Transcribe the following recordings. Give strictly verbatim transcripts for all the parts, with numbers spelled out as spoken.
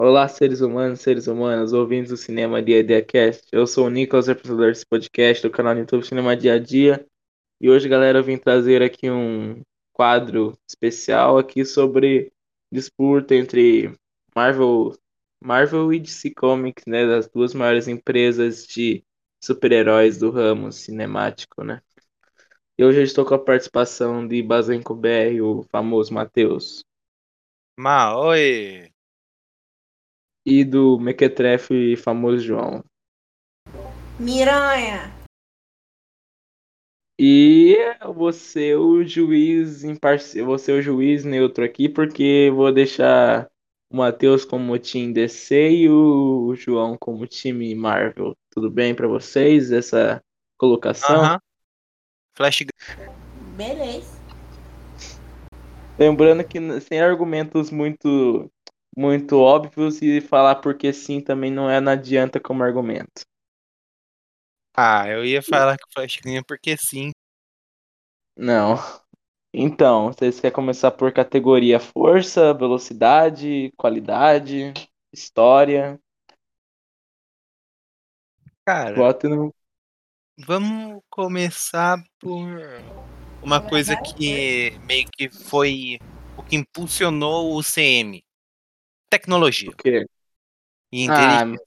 Olá, seres humanos, seres humanas, ouvintes do Cinema Dia a Dia Cast. Eu sou o Nicolas, apresentador desse podcast do canal do YouTube Cinema Dia a Dia. E hoje, galera, eu vim trazer aqui um quadro especial aqui sobre disputa entre Marvel, Marvel e D C Comics, né? Das duas maiores empresas de super-heróis do ramo cinemático, né? E hoje eu estou com a participação de Bazenco B R, o famoso Matheus, Ma, oi! e do Mequetrefe, famoso João. Miranha! E você o juiz imparcial, você o juiz neutro aqui, porque vou deixar o Matheus como time D C e o João como time Marvel. Tudo bem pra vocês essa colocação? Aham. Flash. Beleza. Lembrando que n- sem argumentos muito muito óbvios e falar porque sim também não é não adianta como argumento. Ah, eu ia falar que o Flash ganha porque sim. Não. Então, vocês querem começar por categoria força, velocidade, qualidade, história? Cara, Voto no. vamos começar por uma coisa que meio que foi o que impulsionou o C M. O Tecnologia quê? e Ah, inteligência.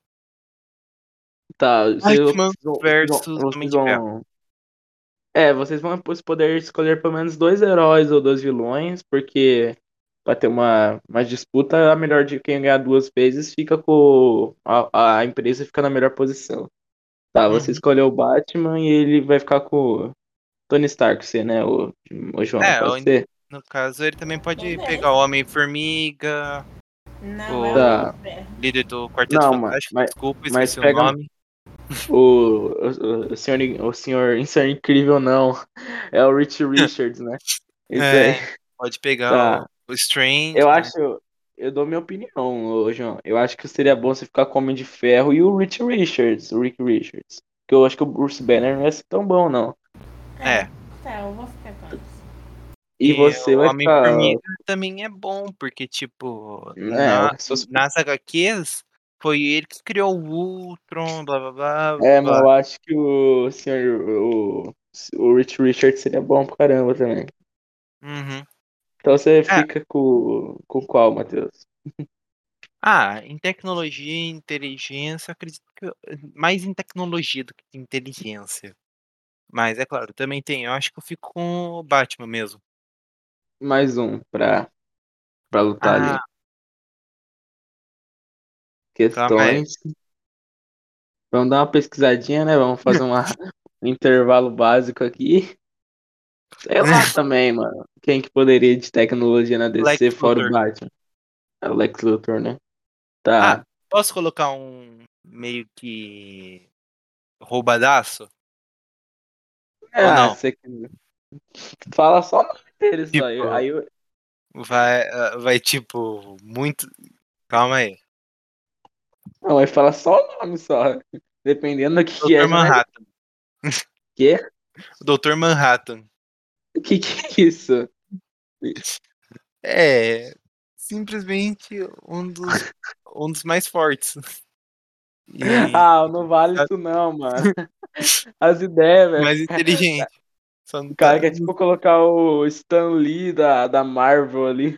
tá. Vocês, Batman vocês vão, vocês versus vão- Homem vocês de Ferro. vão- É, vocês vão poder escolher pelo menos dois heróis ou dois vilões, porque pra ter uma, uma disputa, a melhor de quem ganhar duas vezes fica com. A, a empresa fica na melhor posição. Tá, você Uhum. escolheu o Batman e ele vai ficar com o Tony Stark, você, né? O, o João, É, pode o- ser? no caso ele também pode pegar Beleza. o Homem-Formiga, Não, é o Homem o Tá. de Ferro. líder do Quarteto Não, mas, Fantástico. mas, Desculpa, mas esqueci o pega nome. o, o, o senhor, o senhor, isso é incrível, não. É o Rich Richards, né? Isso aí. É, pode pegar o, Tá. o Strange. Eu acho, eu dou minha opinião, ô, João. Eu acho que seria bom você ficar com o Homem de Ferro e o Rich Richards, o Rick Richards. Porque eu acho que o Bruce Banner não ia ser tão bom, não. É, É. tá, eu vou ficar com isso. E E você o vai ficar. Homem-Formiga também é bom, porque, tipo, É, na, se fosse- nas H Qs, foi ele que criou o Ultron, blá blá blá é, mas blá. eu acho que o senhor, o, o Rich Richards seria bom pra caramba também. Uhum. Então você É. fica com, com qual, Matheus? Ah, em tecnologia e inteligência, acredito que eu- mais em tecnologia do que em inteligência. Mas é claro, também tem. Eu acho que eu fico com o Batman mesmo. Mais um pra, pra lutar Ah, ali. calma aí. Questões. Vamos dar uma pesquisadinha, né? Vamos fazer uma, um intervalo básico aqui. Sei lá também, mano. Quem que poderia de tecnologia na Lex D C fora o Luthor. Batman? É o Lex Luthor, né? Ah, Tá. posso colocar um meio que roubadaço? Ou Ah, não? você fala só o nome dele só. Aí, Tipo, aí eu... vai, ah, vai tipo, muito. Calma aí. Não, vai falar só o nome só. Dependendo do que que é, doutor já não é. Manhattan. Quê? doutor Manhattan. O que que é isso? É simplesmente um dos, um dos mais fortes. E Ah, não vale isso não, mano. As ideias, velho. mais inteligente. Só O não cara tá. quer tipo colocar o Stan Lee da, da Marvel ali.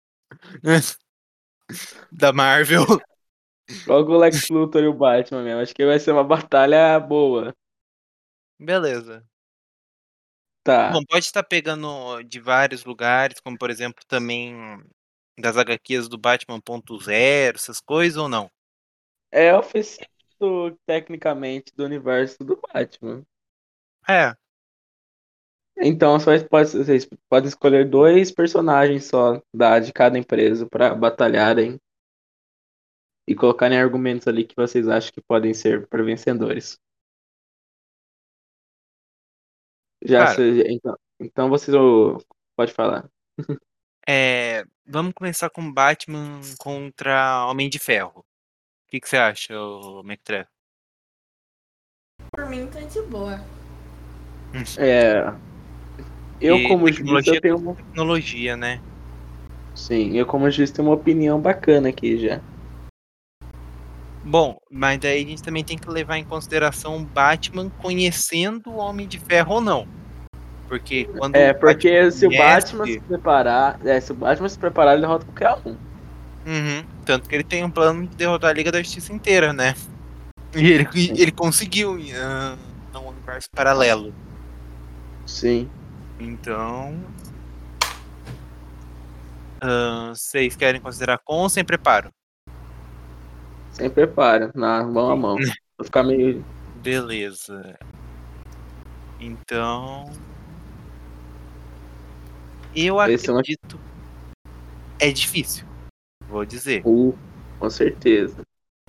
Da Marvel. Logo o Lex Luthor e o Batman mesmo. Acho que vai ser uma batalha boa. Beleza. Tá. Bom, pode estar pegando de vários lugares, como por exemplo também das H Qs do Batman ponto zero, essas coisas ou não? É oficial do- tecnicamente do universo do Batman. É, Então só pode, vocês podem escolher dois personagens só da, de cada empresa para batalharem e colocarem argumentos ali que vocês acham que podem ser para vencedores. Já cara, se, então, então vocês ô, pode falar. é, vamos começar com Batman contra Homem de Ferro. O que, que você acha, ô Mectre? Por mim tá de boa. É, eu E como juiz eu tecnologia tenho contra uma, tecnologia, né? sim, eu como juiz tenho uma opinião bacana aqui já. Bom, mas daí a gente também tem que levar em consideração o Batman conhecendo o Homem de Ferro ou não. Porque quando É, o Batman porque se o Batman se conhece, preparar, é, se o Batman se preparar, ele derrota qualquer um. Uhum, tanto que ele tem um plano de derrotar a Liga da Justiça inteira, né? E ele, ele conseguiu uh, num universo paralelo. Sim. Então, uh, vocês querem considerar com ou sem preparo? Sem preparo, na mão a mão. Vou ficar meio. Beleza. Então, eu Esse é um acredito. É difícil, vou dizer. uh, com certeza.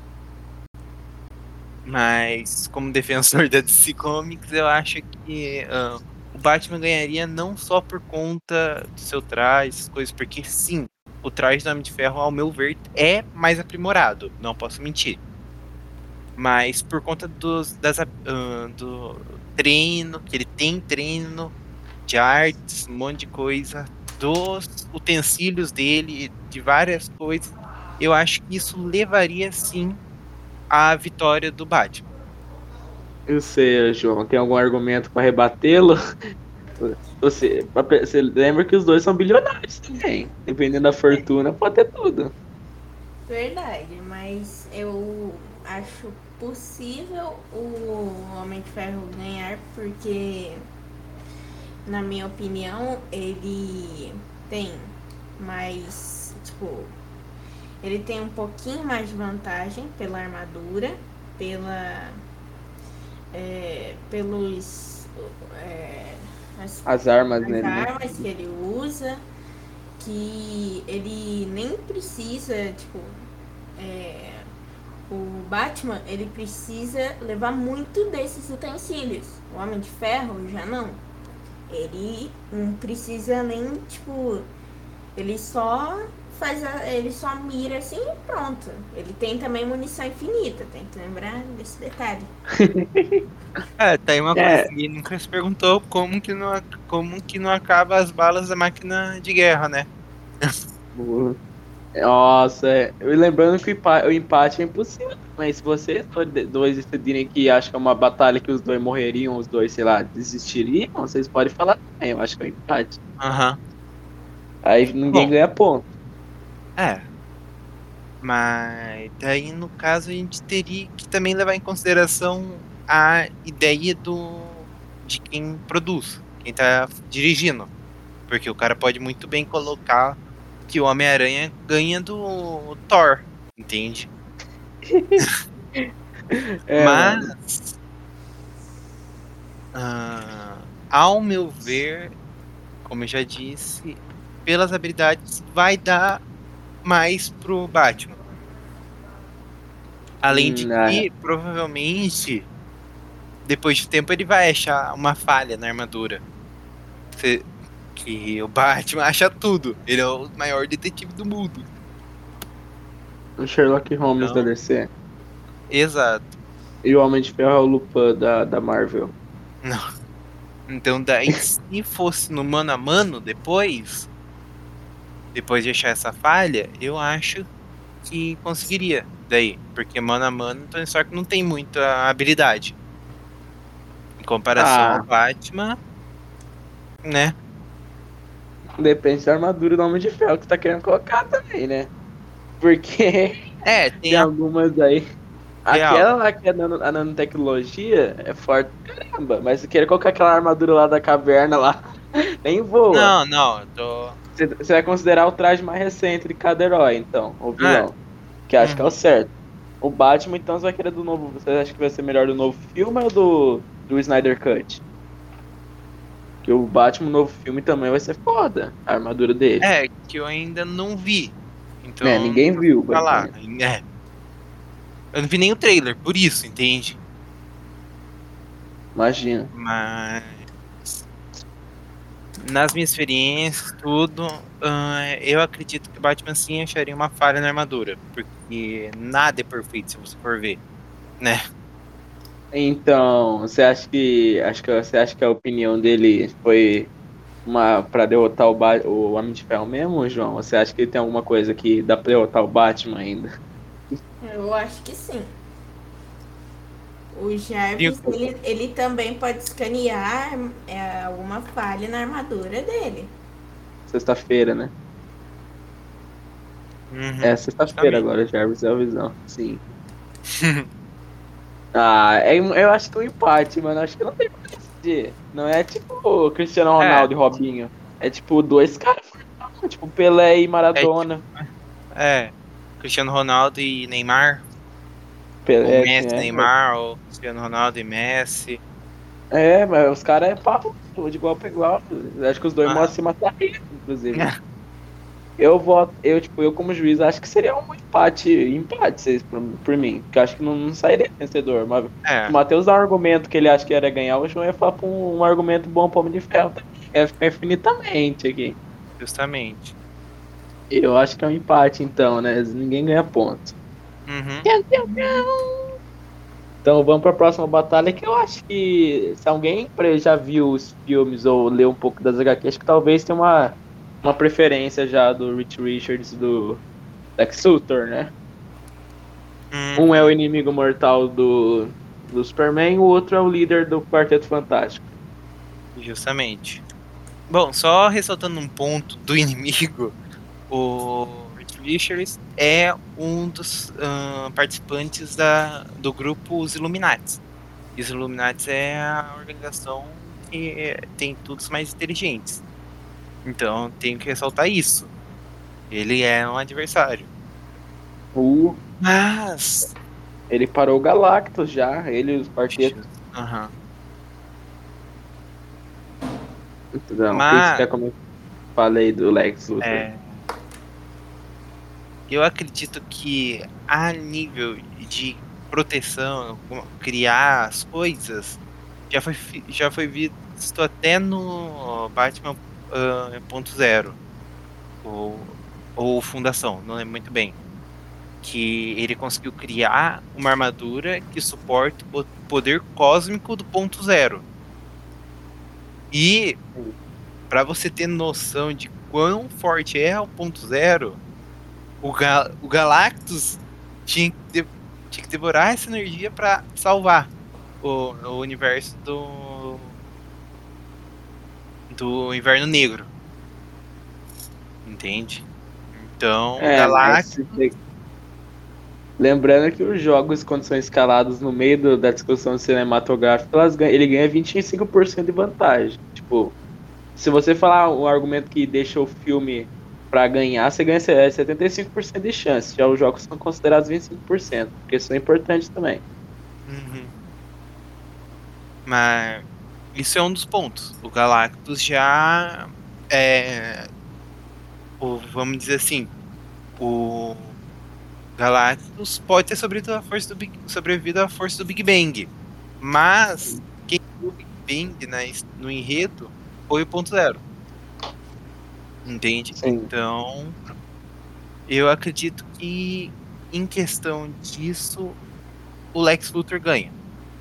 Mas, como defensor da D C Comics, eu acho que uh, o Batman ganharia não só por conta do seu traje, essas coisas, porque sim, o traje do Homem de Ferro, ao meu ver, é mais aprimorado, não posso mentir. Mas por conta dos, das, uh, do treino, que ele tem treino de artes, um monte de coisa, dos utensílios dele, de várias coisas, eu acho que isso levaria sim à vitória do Batman. Eu sei, João, tem algum argumento para rebatê-lo? Você, você lembra que os dois são bilionários também. Dependendo da fortuna, pode ter tudo. Verdade, mas eu acho possível o Homem de Ferro ganhar, porque, na minha opinião, ele tem mais, tipo, ele tem um pouquinho mais de vantagem pela armadura, pela, é, pelos, é, as, As armas, as né? armas que ele usa, que ele nem precisa, tipo, é, o Batman, ele precisa levar muito desses utensílios. O Homem de Ferro já não. Ele não precisa nem, tipo, ele só faz a, ele só mira assim e pronto. Ele tem também munição infinita, tem que lembrar desse detalhe. É, tem uma É. coisa que nunca se perguntou como que não, como que não acaba as balas da máquina de guerra, né? Nossa, é. Eu lembrando que o empate, o empate é impossível. Mas se vocês dois decidirem que acham que é uma batalha que os dois morreriam, os dois, sei lá, desistiriam, vocês podem falar também. Eu acho que é um empate. Aham. Aí ninguém Bom. ganha ponto. É. Mas daí, no caso, a gente teria que também levar em consideração a ideia do de quem produz, quem tá dirigindo. Porque o cara pode muito bem colocar que o Homem-Aranha ganha do Thor, entende? É, Mas, ah, ao meu ver, como eu já disse, pelas habilidades vai dar mais pro Batman. Além de Hum, ah, que, provavelmente, depois de tempo ele vai achar uma falha na armadura. Cê- Que o Batman acha tudo. Ele é o maior detetive do mundo. o Sherlock Holmes Não. da D C. Exato. E o Homem de Ferro é o Lupin da, da Marvel. Não. Então daí, se fosse no mano a mano depois, depois de achar essa falha, eu acho que conseguiria. Daí, porque mano a mano, Tony Stark não tem muita habilidade. Em comparação Ah. ao Batman, né? Depende da armadura do Homem de Ferro que você tá querendo colocar também, né? Porque É, tem tem a algumas aí. Real. Aquela lá que é nano, a nanotecnologia é forte pra caramba. Mas se querer colocar aquela armadura lá da caverna lá, nem voa. Não, não, eu tô. Você, você vai considerar o traje mais recente de cada herói, então, o vilão. Que acho que é o Uhum. certo. O Batman, então, você vai querer do novo. Você acha que vai ser melhor do novo filme ou do, do Snyder Cut? Que o Batman, novo filme, também vai ser foda. A armadura dele. É, que eu ainda não vi. Então. É, ninguém viu. Vai lá. Vai. É. Eu não vi nem o trailer, por isso, entende? Imagina. Mas. Nas minhas experiências, tudo, ah, eu acredito que o Batman sim acharia uma falha na armadura. Porque nada é perfeito, se você for ver, né? Então, você acha que. Acho que você acha que a opinião dele foi uma pra derrotar o, ba o Homem de Ferro mesmo, João? Você acha que ele tem alguma coisa que dá pra derrotar o Batman ainda? Eu acho que sim. O Jarvis, ele, ele também pode escanear é, alguma falha na armadura dele. Sexta-feira, né? Uhum, É sexta-feira justamente. agora, Jarvis é a visão. Sim. Ah, é, eu acho que um empate, mano. Acho que não tem como decidir. Não é tipo o Cristiano Ronaldo É, e Robinho. É tipo dois caras, tipo Pelé e é tipo, Maradona. é, Cristiano Ronaldo e Neymar, ou Pelé, assim, Messi e é. Mas, Neymar, ou Cristiano Ronaldo e Messi. é, mas os caras é papo de igual pra igual. Acho que os dois Aham. mostram se matariam, inclusive. Eu voto, eu, tipo, eu como juiz acho que seria um empate, empate vocês, por, por mim. Porque eu acho que não, não sairia vencedor. Mas se É, o Matheus dá um argumento que ele acha que era ganhar, o João ia falar pra um, um argumento bom pro Homem de Ferro também. Ia ficar infinitamente aqui. justamente. Eu acho que é um empate, então, né? Ninguém ganha ponto. Uhum. Então vamos para a próxima batalha, que eu acho que se alguém pre- já viu os filmes ou leu um pouco das H Qs, acho que talvez tenha uma, uma preferência já do Rich Richards e do Lex Luthor, né? Um é o Uhum. inimigo mortal do, do Superman, o outro é o líder do Quarteto Fantástico. Justamente. Bom, só ressaltando um ponto do inimigo, o Reed Richards é um dos ahn, participantes da, do grupo Os Illuminati. Os Illuminati é a organização que tem todos mais inteligentes. Então, tenho que ressaltar isso. Ele é um adversário. O, Mas. ele parou o Galactus já, ele e os quartetos. Aham. Então, o que você Mas. quer comentar? Falei do Lex Luthor. É, eu acredito que a nível de proteção, como criar as coisas, já foi, fi- já foi visto até no Batman ah, ponto zero, ou, ou Fundação, não lembro muito bem. Que ele conseguiu criar uma armadura que suporta o poder cósmico do ponto zero. E, para você ter noção de quão forte é o ponto zero, o, Ga o Galactus tinha que, de tinha que devorar essa energia para salvar o, o universo do do Inverno Negro, entende? Então, o É, mas Galactus se você- lembrando que os jogos, quando são escalados no meio do- da discussão cinematográfica, elas ganham- ele ganha vinte e cinco por cento de vantagem. Tipo, se você falar um argumento que deixa o filme pra ganhar, você ganha se- setenta e cinco por cento de chance. Já os jogos são considerados vinte e cinco por cento, porque isso é importante também. Uhum. Mas isso é um dos pontos. O Galactus já é, o, vamos dizer assim, o Galactus pode ter sobrevivido à força do Big, sobrevivido à força do Big Bang, mas quem viu o Big Bang na, no enredo foi o ponto zero, entende? Sim. Então, eu acredito que em questão disso, o Lex Luthor ganha.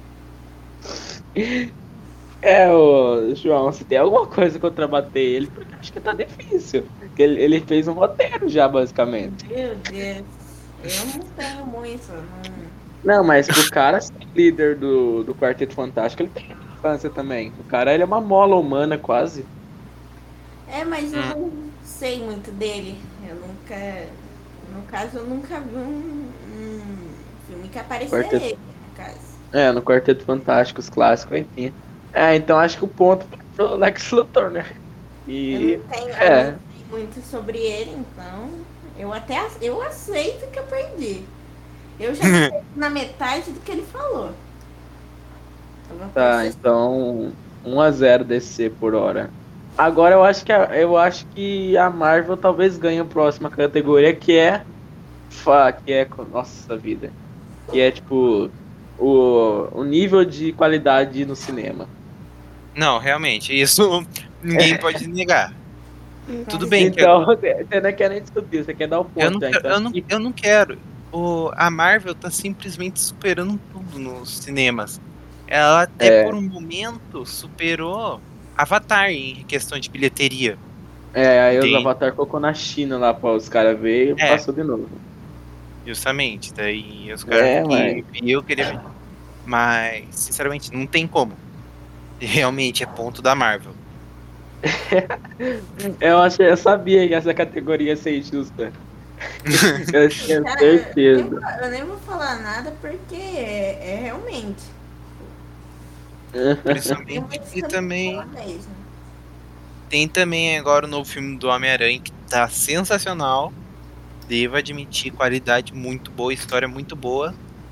É, ô, João, você tem alguma coisa contra bater ele? Porque acho que tá difícil. Porque ele, ele fez um roteiro já, basicamente. Meu Deus. Eu não tenho muito. Não... Não, mas pro cara ser líder do, do Quarteto Fantástico, ele tem infância também. O cara, ele é uma mola humana, quase. É, mas eu Hum. não sei muito dele. Eu nunca. No caso, eu nunca vi um, um filme que aparecia Quarteto... ele, no caso. É, no Quarteto Fantástico, os clássicos, enfim. É, então acho que o ponto pro Lex Luthor, né? Eu E. não tenho, eu É. não sei muito sobre ele, então eu até ac- eu aceito que eu perdi. Eu já sei na metade do que ele falou. Eu vou Tá, processar. então um a zero D C por hora. Agora eu acho que a, eu acho que a Marvel talvez ganhe a próxima categoria, que é fa- que é nossa vida, que é tipo o, o nível de qualidade no cinema. Não, realmente, isso ninguém pode negar. Tudo bem que Então você não quer nem discutir, você quer dar o eu ponto não, já. quero- Então eu acho não, que eu não quero. O, a Marvel tá simplesmente superando tudo nos cinemas. Ela até é, por um momento superou Avatar em questão de bilheteria. é, aí os Entende? Avatar colocou na China lá para os caras verem e É, passou de novo. Justamente, daí os caras É, que mas... viu queria ver. Mas, sinceramente, não tem como. Realmente é ponto da Marvel. eu, achei, eu sabia que essa categoria ia ser injusta. Eu tinha Cara, eu, nem, certeza. vou- eu nem vou falar nada porque é, é realmente. Tem Principalmente. muitos E que eu não vou também falar mesmo. tem também agora o novo filme do Homem-Aranha que tá sensacional. Devo admitir, qualidade muito boa, história muito boa.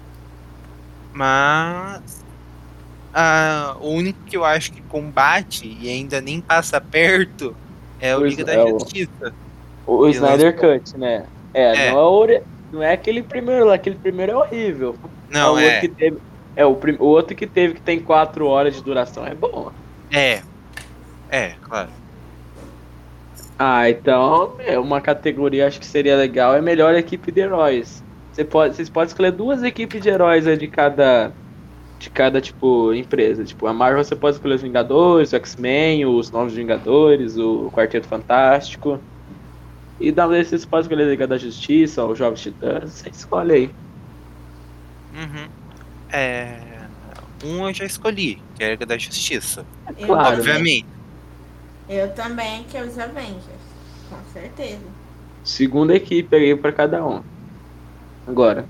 Mas ah, o único que eu acho que combate e ainda nem passa perto é o O, Liga Is- da é o, Justiça. o Que Snyder lançou. Cut, né? É, não É, é, o, ori- não é aquele primeiro lá, aquele primeiro é horrível. Mas não, o outro é. que teve. É, o, prim- o outro que teve que tem quatro horas de duração é bom. É, é, claro. Ah, então é uma categoria acho que seria legal, é melhor equipe de heróis. Você pode, vocês podem escolher duas equipes de heróis aí de cada, de cada tipo empresa. Tipo, a Marvel você pode escolher os Vingadores, o X-Men, os Novos Vingadores, o Quarteto Fantástico. E da W C você pode escolher a Liga da Justiça, ou os Jovens Titãs, você escolhe aí. Uhum. É, um eu já escolhi, que é a Liga da Justiça. Eu Claro, né? também, Obviamente. eu também que é os Avengers. Com certeza. Segunda equipe aí pra cada um. Agora,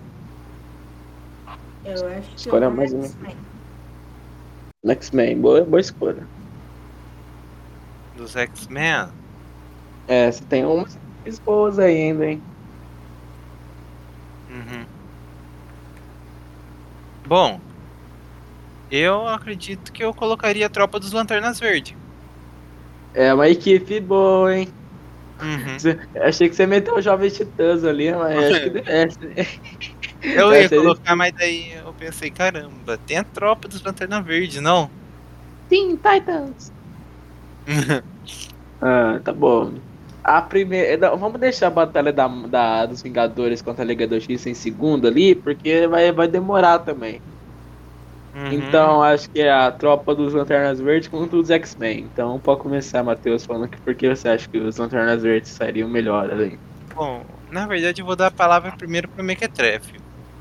Eu acho que eu escolha vou mais no uma. X-Men. X-Men, boa, boa escolha. Dos X-Men. É, você tem umas equipes boas aí ainda, hein? Uhum. Bom, eu acredito que eu colocaria a Tropa dos Lanternas Verde. É uma equipe boa, hein? Uhum. Você- achei que você meteu os Jovens Titãs ali, mas acho que essa, Eu ia essa é colocar, difícil. mas daí eu pensei, caramba, tem a Tropa dos Lanternas Verde, não? Teen Titans. Ah, tá bom. A primeira, vamos deixar a batalha da, da- dos Vingadores contra a Liga da Justiça em segundo ali, porque vai, vai demorar também. Uhum. Então, acho que é a tropa dos Lanternas Verdes contra os X-Men. Então, pode começar, Matheus, falando que por que você acha que os Lanternas Verdes sairiam melhor ali. Bom, na verdade eu vou dar a palavra primeiro pro Mequetrefe.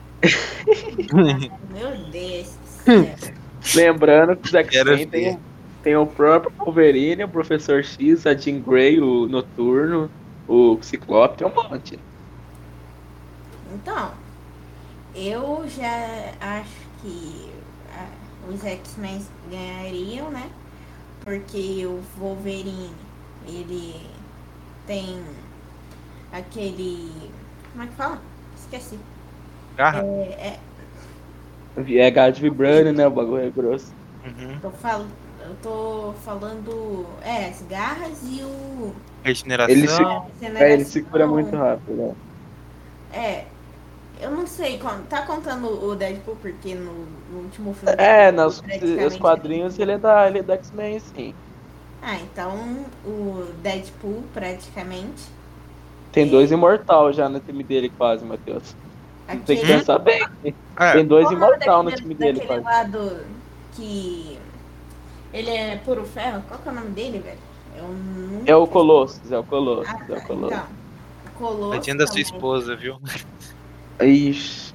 Meu Deus do céu. Lembrando que os Quero X-Men ver. tem, tem o próprio Wolverine, o Professor X, a Jean Grey, o Noturno, o Ciclope, tem um monte. Então, eu já acho que ah, os X-Men ganhariam, né? Porque o Wolverine, ele tem aquele. Como é que fala? Esqueci. Garra? É, É gás vibrando, né? O bagulho é grosso. Uhum. eu, falo, eu tô falando. É, as garras e o. Regeneração. Ele se, é, ele se cura regeneração. muito rápido, né? É, eu não sei, con- tá contando o Deadpool porque no, no último filme. É, nos praticamente os quadrinhos ele é da, ele é da X-Men, sim. Ah, então o Deadpool praticamente. Tem dois imortal já no time dele quase, Matheus. Tem que Aquele, pensar bem. É, Tem dois qual o nome imortal no daquele- time dele daquele quase. lado que ele é puro ferro? Qual que é o nome dele, velho? Eu nunca É o fiz- Colossus, é o Colossus, Ah, é o tá, Colossus. então. O Colosso tadinha da sua também. esposa, viu? Ixi,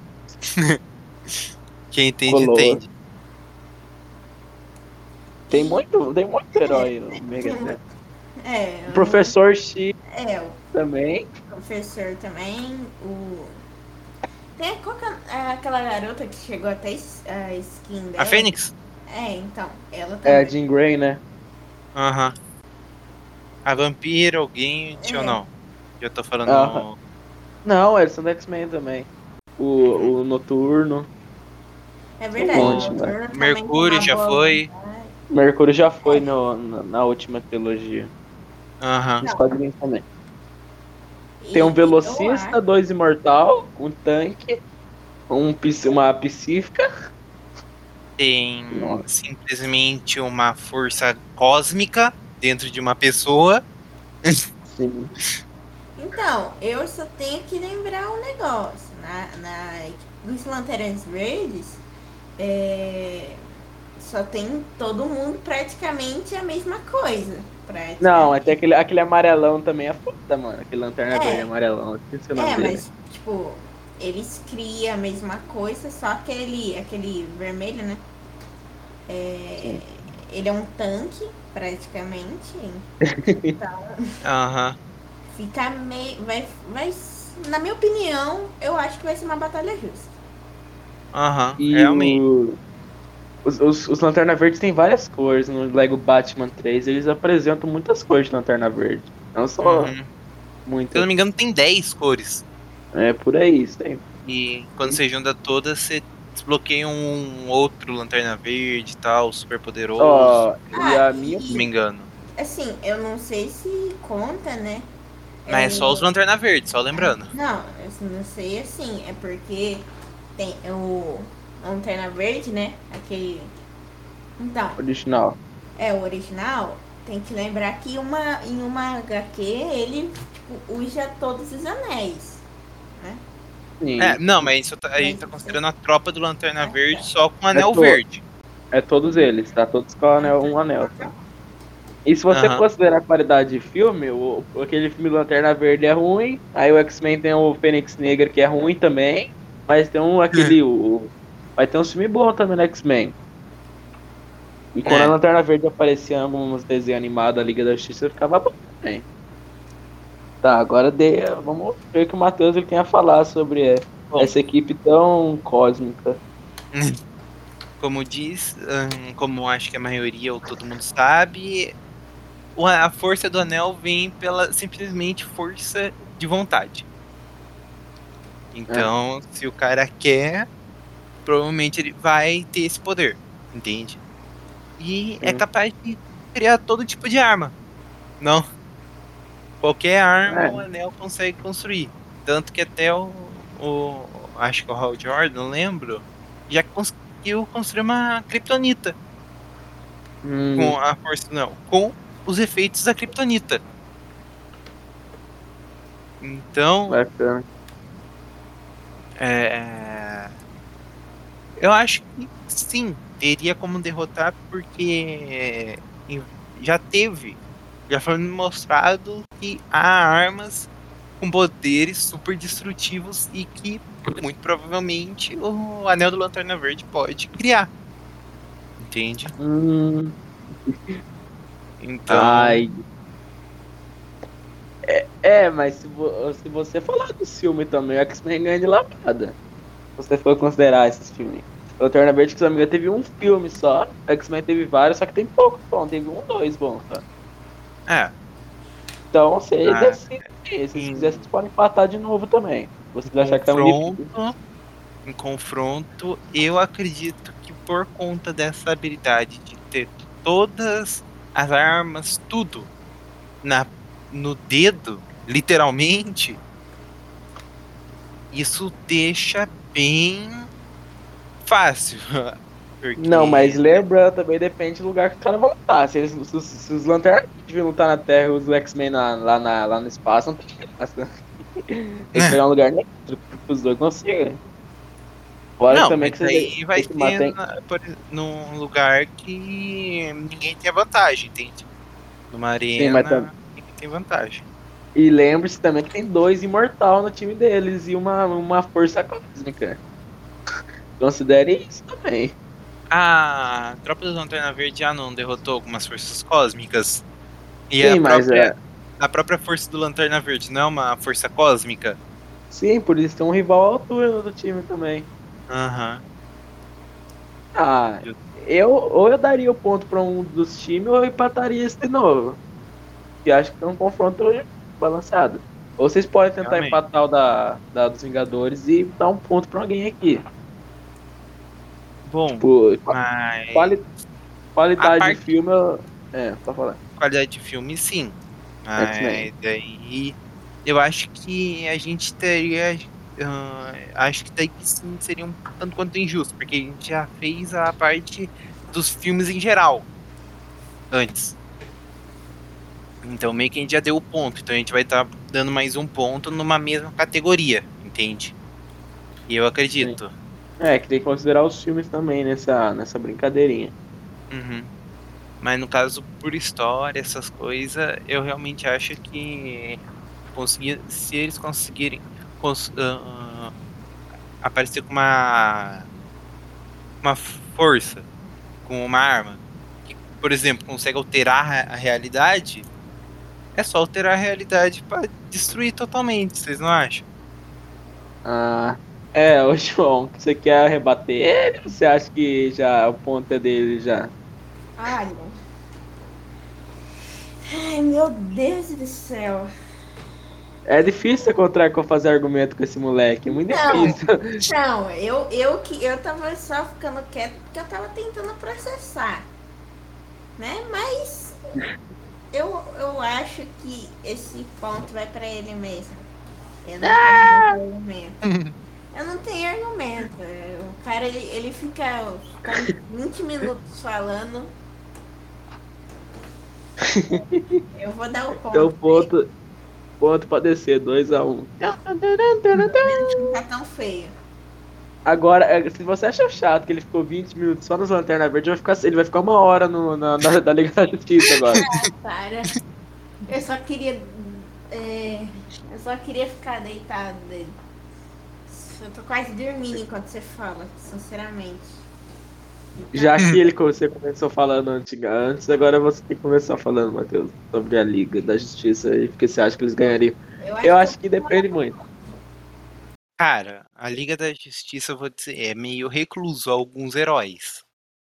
Quem entende, Colossus. entende. Tem muito, tem muito herói no Mega Tem Man. É, O Professor X é, o também. professor também. O. Tem qual que é aquela garota que chegou até es- a skin dela? A Fênix? É, então, ela É também. a Jean Grey, né? Aham. A Vampira, alguém, É. ou não? Eu tô falando. Aham. Não, eles são da X-Men também. O, o Noturno. É verdade. Um o monte, Noturno né? também Mercúrio tem uma já boa foi. vontade. Mercúrio já foi no, na, na última trilogia. Aham. Nos Não. quadrinhos também. E Tem um eu velocista, acho- dois imortal, um tanque, um, psi- uma psífica. Tem Nossa. simplesmente uma força cósmica dentro de uma pessoa. Sim. Então, eu só tenho que lembrar um negócio. Na, na equipe dos Lanternas Verdes, é, só tem todo mundo praticamente a mesma coisa. praticamente. Não, até aquele, aquele amarelão também é foda, mano. Aquele lanterna É. verde amarelão. Esqueci o nome É, dele. mas, tipo, eles criam a mesma coisa, só que aquele, aquele vermelho, né? É, ele é um tanque, praticamente. Então, Aham. fica meio. Vai, vai, na minha opinião, eu acho que vai ser uma batalha justa. Aham, E realmente. o, os, os, os Lanterna Verde tem várias cores. No Lego Batman três, eles apresentam muitas cores de Lanterna Verde. Não só Uhum. Se eu muitas. não me engano, tem dez cores. É por aí, isso tem. E quando você junta todas, você desbloqueia um outro Lanterna Verde e tal, super poderoso. Ó, e Ah, a minha. Se não me engano. Assim, eu não sei se conta, né? Mas é só os Lanterna Verde, só lembrando. Não, eu não sei assim, é porque tem o Lanterna Verde, né? Aquele. Então, Original. é o original. Tem que lembrar que uma, em uma H Q ele tipo, usa todos os anéis, né? Sim. É, não, mas isso tá, a gente Mas tá isso considerando a tropa do Lanterna Ah, Verde tá. só com o anel to- verde. É todos eles, tá? Todos com anel, um anel, tá? E se você Aham. considerar a qualidade de filme, o, aquele filme Lanterna Verde é ruim, aí o X-Men tem o Fênix Negra que é ruim também, mas tem um aquele. o, vai ter um filme bom também no X-Men. E quando É. a Lanterna Verde aparecia em alguns desenhos animados da Liga da Justiça, ficava bom também. Tá, agora de, vamos ver o que o Matheus ele tem a falar sobre é, Bom. essa equipe tão cósmica. Como diz, hum, como acho que a maioria ou todo mundo sabe, o- a força do anel vem pela simplesmente força de vontade. Então, se o cara quer, provavelmente ele vai ter esse poder, entende? E é Hum. capaz de criar todo tipo de arma. Não. Qualquer arma É. o anel consegue construir. Tanto que até o, o acho que o Hal Jordan, não lembro, já conseguiu construir uma Kryptonita. Hum, Com a força não, com os efeitos da Kryptonita. Então, bacana. é, eu acho que sim, teria como derrotar, porque já teve, já foi mostrado que há armas com poderes super destrutivos e que muito provavelmente o Anel do Lanterna Verde pode criar. Entende? Hum, Então, ai. É, é, mas se, vo- se você falar do filme também, o X-Men ganha de lavada. Se você for considerar esses filmes. O Lanterna Verde, que se não me engano, teve um filme só. O X-Men teve vários, só que tem pouco bom. Teve um, dois bons, tá? é. Então, você Ah, decide. Se vocês sim. quiserem, vocês podem empatar de novo também. Se vocês acharem que tá um confronto, repeat. em confronto, eu acredito que por conta dessa habilidade de ter todas as armas, tudo na, no dedo, literalmente, isso deixa bem fácil. Porque... Não, mas lembra, também depende do lugar que os caras vão lutar. Se, eles, se, os- se os Lanternas Verde lutar na Terra e os X-Men na- lá, na- lá no espaço, não tem graça. Tem que pegar um lugar neutro que os dois consigam. Fora Não, também mas que aí você vai tem que ser matar. na, por, num lugar que ninguém tem vantagem, entende? Numa Sim, mas tam- arena, ninguém tem vantagem. E lembre-se também que tem dois imortal no time deles e uma, uma força cósmica. Considere isso também. A tropa do Lanterna Verde já não derrotou algumas forças cósmicas? E Sim, a mas própria, é. a própria força do Lanterna Verde não é uma força cósmica? Sim, por isso tem um rival à altura do time também. Aham. Ah, eu ou eu daria o ponto pra um dos times ou eu empataria esse de novo. Que acho que é um confronto balanceado. Ou vocês podem tentar Realmente. empatar o da, da dos Vingadores e dar um ponto pra alguém aqui. Bom, Tipo, mas quali- qualidade A parte- de filme. eu- É, só falar. qualidade de filme, sim. X-Men. Mas daí eu acho que a gente teria. ah, acho que daí sim seria um tanto quanto injusto, porque a gente já fez a parte dos filmes em geral antes. Então meio que a gente já deu o ponto. Então a gente vai estar dando mais um ponto numa mesma categoria, entende? E eu acredito. É, que tem que considerar os filmes também nessa, nessa brincadeirinha. Uhum. Mas no caso, por história, essas coisas, eu realmente acho que conseguir, se eles conseguirem cons- ah, aparecer com uma uma força, com uma arma, que, por exemplo, consegue alterar a, a realidade, é só alterar a realidade pra destruir totalmente, vocês não acham? Ah, é, ô João, que você quer rebater ele ou você acha que já o ponto é dele já? Olha. Ai, meu Deus do céu. É difícil encontrar como fazer argumento com esse moleque, é muito Não, difícil. não, eu, eu que eu tava só ficando quieto porque eu tava tentando processar, né? Mas eu, eu acho que esse ponto vai pra ele mesmo. Eu não Ah! tenho argumento. Eu não tenho argumento. O cara, ele, ele fica, fica vinte minutos falando. Eu vou dar o ponto. Então, ponto, ponto pra descer, dois a um. Não tá tão feio. Agora, é, se você acha chato que ele ficou vinte minutos só nas Lanternas Verdes, vai ficar, ele vai ficar uma hora no, na, na, na Liga da Justiça agora. Ah, para. Eu só queria. É, eu só queria ficar deitado dele. Eu tô quase dormindo enquanto você fala, sinceramente. Já que ele, você começou falando antiga- antes, agora você tem que começar falando, Matheus, sobre a Liga da Justiça e porque você acha que eles ganhariam. Eu acho, Eu acho que depende muito. Cara, a Liga da Justiça, eu vou dizer, é meio recluso a alguns heróis.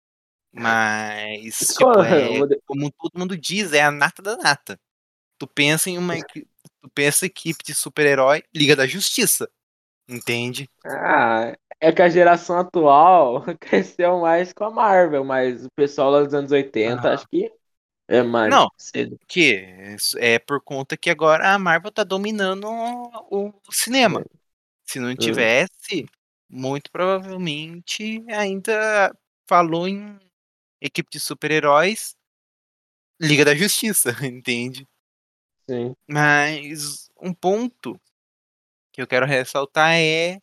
Mas, tipo, é, como todo mundo diz, é a nata da nata. Tu pensa em uma equi- tu pensa equipe de super-herói, Liga da Justiça. Entende? Ah, é que a geração atual cresceu mais com a Marvel, mas o pessoal lá dos anos oitenta Aham. acho que é mais Não, cedo. que é por conta que agora a Marvel tá dominando o o cinema. Se não Hum. tivesse, muito provavelmente ainda falou em equipe de super-heróis, Liga da Justiça, entende? Sim. Mas um ponto que eu quero ressaltar é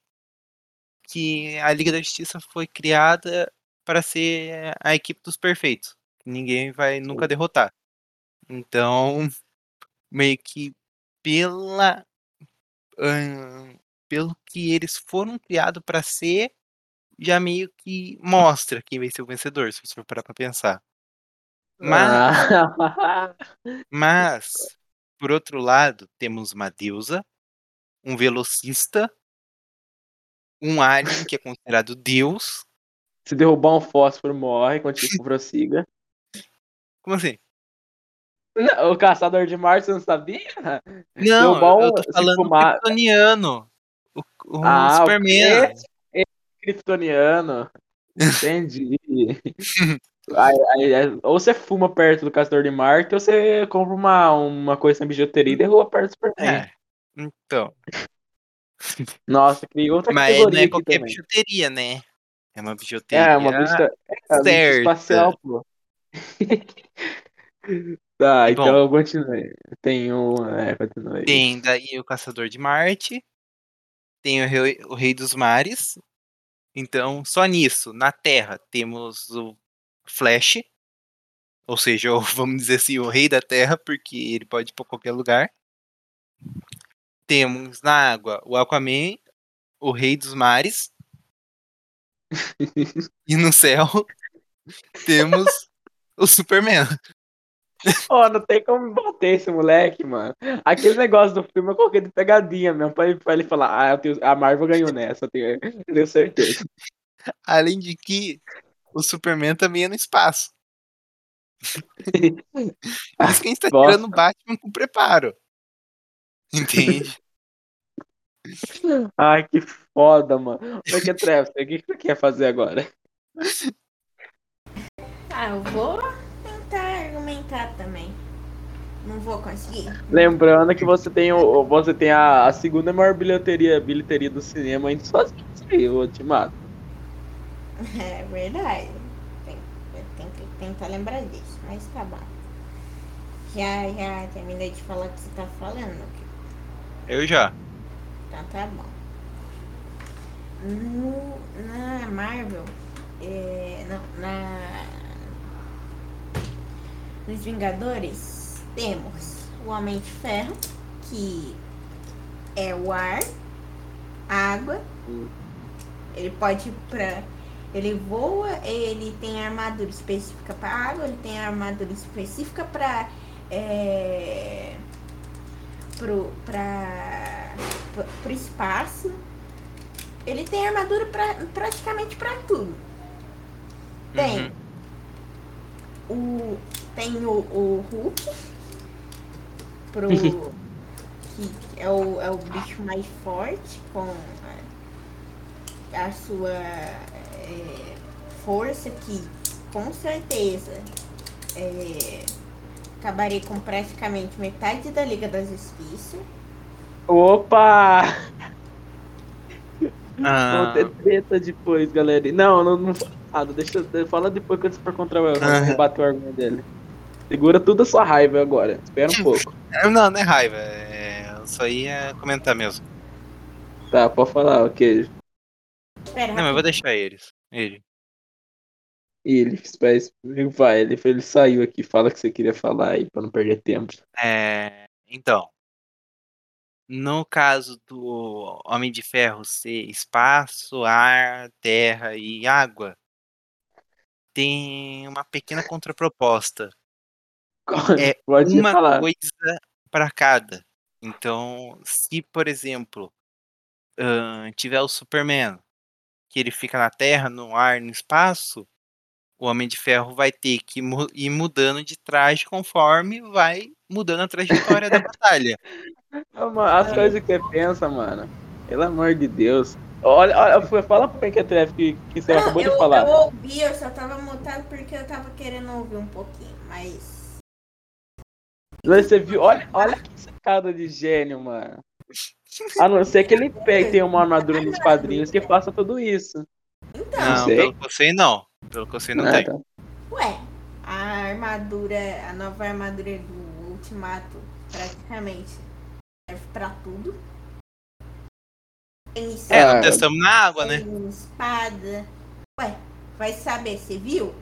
que a Liga da Justiça foi criada para ser a equipe dos perfeitos. Que ninguém vai nunca derrotar. Então, meio que pela hã, pelo que eles foram criados para ser, já meio que mostra quem vai ser o vencedor, se você for parar pra pensar. Mas Ah. mas, por outro lado, temos uma deusa, um velocista, um alien que é considerado Deus. Se derrubar um fósforo, morre, continua, prossiga. Como assim? Não, o Caçador de Marte, você não sabia? Não, Derrubar eu eu um, tô se falando fumar... kryptoniano, o o Ah, Superman. esse, esse kryptoniano. Entendi. Aí, aí, aí, ou você fuma perto do Caçador de Marte, ou você compra uma, uma coisa na bijuteria e derruba perto do Superman. É, então. Nossa, criei outra Mas não categoria é aqui qualquer também. bijuteria, né? É uma É, uma bijuteria bicha, é, uma bicha certa. espacial, pô. Tá, E então bom, eu continuei. Tem um. É, continue. tem daí o Caçador de Marte, tem o rei o Rei dos Mares. Então, só nisso, na Terra, temos o Flash, ou seja, o vamos dizer assim, o rei da Terra, porque ele pode ir pra qualquer lugar. Temos na água o Aquaman, o Rei dos Mares. E no céu temos o Superman. Ó, não tem como bater esse moleque, mano. Aquele negócio do filme eu coloquei de pegadinha mesmo, pra ele, pra ele falar, ah, eu tenho, a Marvel ganhou nessa, eu tenho, eu tenho certeza. Além de que o Superman também é no espaço. Isso que a gente tá tirando o Bosta. Batman com preparo. Entende? Ai, que foda, mano. Como é que é, Travis? O que que você quer fazer agora? Ah, eu vou tentar argumentar também. Não vou conseguir. Lembrando que você tem, o, você tem a, a segunda maior bilheteria, bilheteria do cinema ainda sozinho, isso aí, o Ultimato. É verdade. Tem, eu tenho que tentar lembrar disso, mas tá bom. Já, já terminei de falar o que você tá falando. Eu já. Então tá bom. No, na Marvel, é, não, na, nos Vingadores, temos o Homem de Ferro, que é o ar, água Ele pode ir pra... Ele voa, ele tem armadura específica pra água, ele tem armadura específica pra... É, pro, pra, pro, pro espaço. Ele tem armadura pra, praticamente pra tudo. Tem... Uhum. O, tem o, o Hulk, pro, que é o, é o bicho mais forte, com a, a sua é, força, que com certeza é, acabaria com praticamente metade da Liga das Justiça. Opa! Ah. Vamos ter treta depois, galera. Não, não, não fala nada. Deixa, fala depois quando você for contra o Ah. rebater o argumento dele. Segura toda a sua raiva agora. Espera um pouco. Não, não é raiva. É... Eu só ia comentar mesmo. Tá, pode falar, ok. Espera, não, mas eu vou deixar eles. Ele. Ele, vai, ele, ele saiu aqui. Fala o que você queria falar aí, pra não perder tempo. É... Então. No caso do Homem de Ferro ser espaço, ar, terra e água, tem uma pequena contraproposta. É Pode uma falar. coisa para cada. Então, se, por exemplo, uh, tiver o Superman, que ele fica na terra, no ar, no espaço, o Homem de Ferro vai ter que mu- ir mudando de traje conforme vai mudando a trajetória da batalha. As coisas que você pensa, mano. Pelo amor de Deus. Olha, olha fala pro Pequetref que, que você não, acabou eu, de falar. Eu ouvi, eu só tava mutado porque eu tava querendo ouvir um pouquinho, mas... Você viu? Olha, olha que sacada de gênio, mano. A não ser que ele pegue, tenha uma armadura nos quadrinhos que faça tudo isso. Então, não, não sei. pelo que eu sei, não. Pelo que eu sei, não ah, tem. Tá. Ué, a armadura, a nova armadura do Ultimato praticamente serve pra tudo. Tem É, não Ah, testamos na água, né? tem espada. Ué, vai saber, você viu?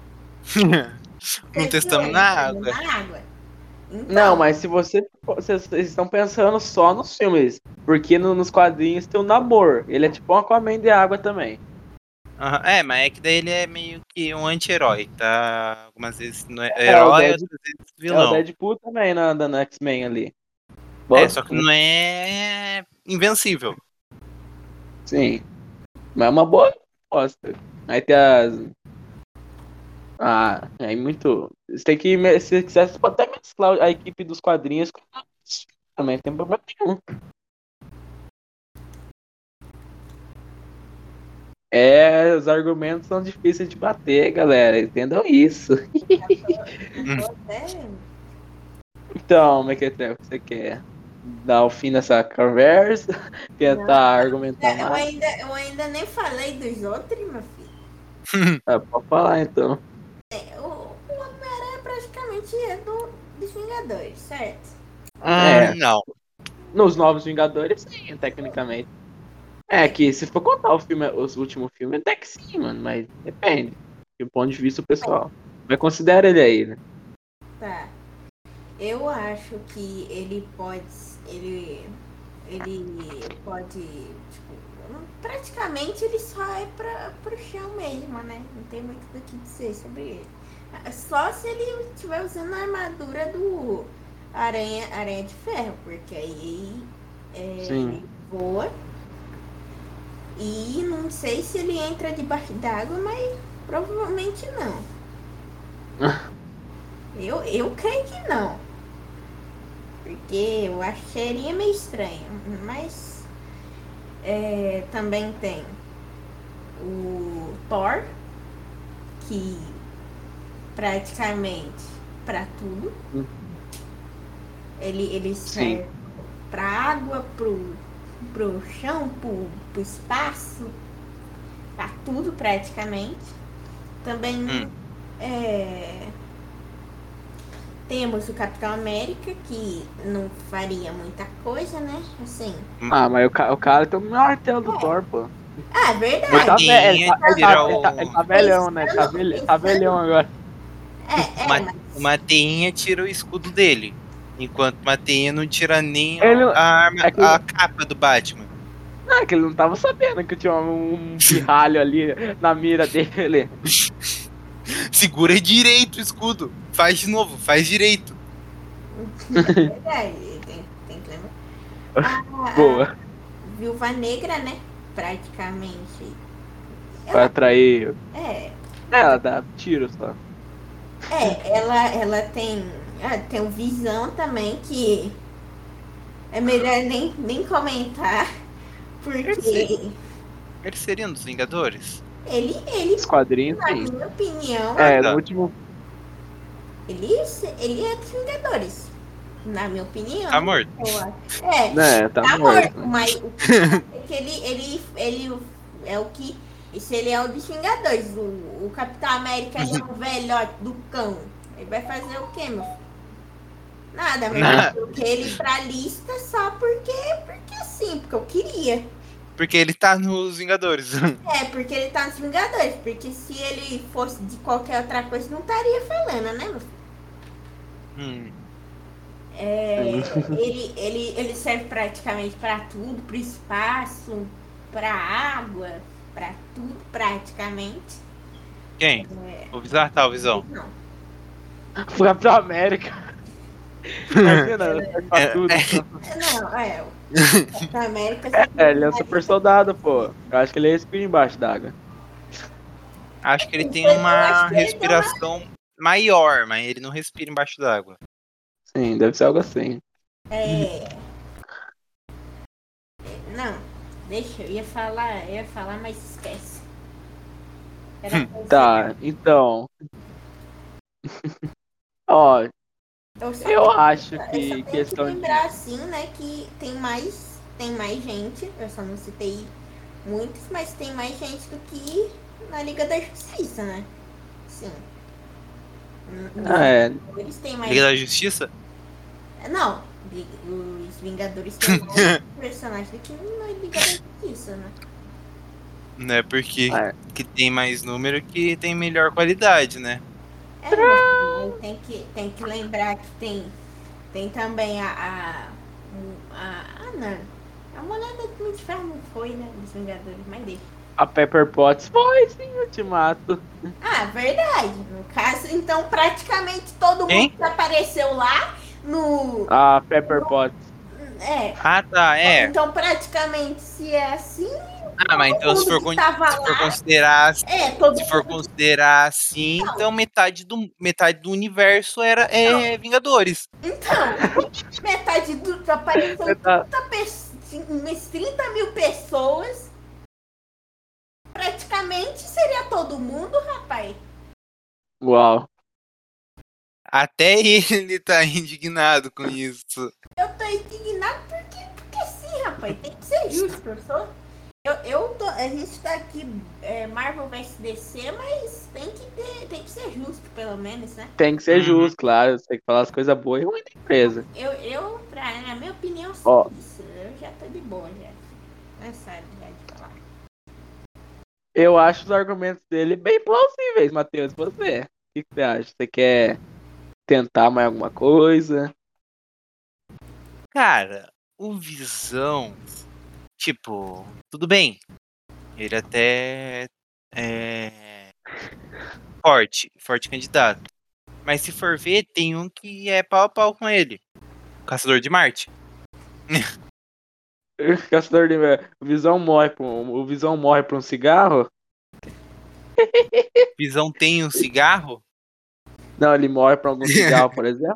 Não Você testamos viu na ele água. na água? Então, Não, mas se você. Vocês estão pensando só nos filmes. Porque no- nos quadrinhos tem o Namor. Ele é tipo um Aquaman de água também. Aham, é, mas é que daí ele é meio que um anti-herói, tá? Algumas vezes no É, o herói, Deadpool, outras vezes é o vilão. Deadpool também na, na, na X-Men ali. É, só que não é invencível. Sim. Mas é uma boa resposta. Aí tem as. Ah, é muito. Você tem que. me- Se quiser, você pode até mesclar a equipe dos quadrinhos com também, não tem problema nenhum. É, os argumentos são difíceis de bater, galera. Entendam isso. eu tô até... Então, Mequetref, você quer dar o fim nessa conversa? Tentar argumentar eu, mais? ainda, eu ainda nem falei dos outros, meu filho. Ah, pode falar então. É, o o Homem-Aranha praticamente é do, dos Vingadores, certo? Ah, É. não. Nos Novos Vingadores, sim, tecnicamente. É que se for contar o filme, os últimos filmes, até que sim, mano, mas depende. Do ponto de vista pessoal. Mas considera ele aí, né? Tá. Eu acho que ele pode. Ele. Ele pode. Tipo, praticamente ele só é pra, pro chão mesmo, né? Não tem muito do que dizer sobre ele. Só se ele estiver usando a armadura do Aranha, Aranha de Ferro, porque aí é, ele voa. E não sei se ele entra debaixo d'água, mas provavelmente não. eu, eu creio que não. Porque eu acharia meio estranho. Mas é, também tem o Thor, que praticamente pra tudo. Ele, ele serve pra água, pro, pro chão, pro, pro espaço, pra tudo praticamente. Também hum. é, temos o Capitão América, que não faria muita coisa, né? Assim. Ah, mas o, ca o cara tem o martelo do é. Thor, pô. Ah, verdade. Ele tá, Sim, ele, tá, ele, tá, o... ele, tá, ele tá velhão, né? Tá, velho, tá velhão agora. É, é, uma, mas... uma teinha tira o escudo dele. Enquanto uma teinha não tira nem ele, a, arma, é que... a capa do Batman. Ah, que ele não tava sabendo que tinha um pirralho ali na mira dele. Segura direito o escudo. Faz de novo, faz direito. É verdade, tem, tem que lembrar. A, Boa. a Viúva Negra, né? Praticamente. Pra atrair. É, Ela dá tiro só. é ela, ela tem, ah, tem um Visão também que é melhor nem, nem comentar, porque Ele seria um dos Vingadores? ele, ele, Os quadrinhos, na sim. minha opinião, É, tá. no último. ele, ele é dos Vingadores. Na minha opinião. Tá morto. eu acho. É, Né, tá, tá morto. morto, mas o que é que ele, ele, ele é o que. Isso ele é o dos Vingadores. O, o Capitão América ele é o velhote do cão. Ele vai fazer o quê, meu filho? Nada, mas Nada. eu coloquei ele pra lista só porque, porque sim, porque eu queria. Porque ele tá nos Vingadores. É, porque ele tá nos Vingadores. Porque se ele fosse de qualquer outra coisa, não estaria falando, né, meu filho? hum. É, ele, ele, ele serve praticamente para tudo, para o espaço, para água, para tudo praticamente. Quem? É, O Visão? Tá, o Visão. não. Foi Capitão América. Imagina, serve pra É, tudo. Não, é. O Capitão América. É, ele é um super soldado, pô. Eu acho que ele respira embaixo d'água. Acho que ele tem Eu uma acho que ele tem respiração maior, mas ele não respira embaixo d'água. Sim, deve ser algo assim. É. Não, deixa, eu ia falar, eu ia falar, mas esquece. Era pra Tá, então. Ó, Eu, só eu tenho- acho eu só que tenho questão que de. lembrar assim, né, que tem mais, tem mais gente, eu só não citei muitos, mas tem mais gente do que na Liga da Justiça, né? Sim. Ah, é. Eles têm mais. Liga da Justiça? Não, os Vingadores têm mais personagens do que na Liga da Justiça, né? Né, porque É. que tem mais número que tem melhor qualidade, né? É, mas tem que, tem que lembrar que tem, tem também a. a, a ah, não. A moneda do de ferro não foi, né? Dos Vingadores, mas deixa. A Pepper Potts foi sim, Ultimato. Ah, verdade. No caso, então praticamente todo mundo Quem? que apareceu lá no. A Pepper Potts. É. Ah, tá, é. Então praticamente se é assim. Ah, mas então se todo for, mundo con- que tava se for lá- considerar É, todo se for mundo. considerar assim, então metade do metade do universo era é Vingadores. Então, metade do. Apareceu Tá. trinta pe- umas trinta mil pessoas. Praticamente seria todo mundo, rapaz. Uau. Até ele tá indignado com isso. Eu tô indignado porque, porque sim, rapaz. Tem que ser justo, eu sou. Eu, eu tô, a gente tá aqui, é, Marvel versus D C, mas tem que, ter, tem que ser justo, pelo menos, né? Tem que ser Uhum. justo, claro. Você tem que falar as coisas boas e ruins da empresa. Eu, eu pra, na minha opinião, sim, Ó. isso, eu já tô de boa, já. Cansado já de falar. Eu acho os argumentos dele bem plausíveis, Matheus. Você? O que, que você acha? Você quer tentar mais alguma coisa? Cara, o Visão, tipo, tudo bem. Ele até é forte, forte candidato. Mas se for ver, tem um que é pau a pau com ele. O Caçador de Marte. Caçador de... O Visão morre pra um... O Visão morre pra um cigarro? Visão tem um cigarro? Não, ele morre pra algum cigarro, por exemplo.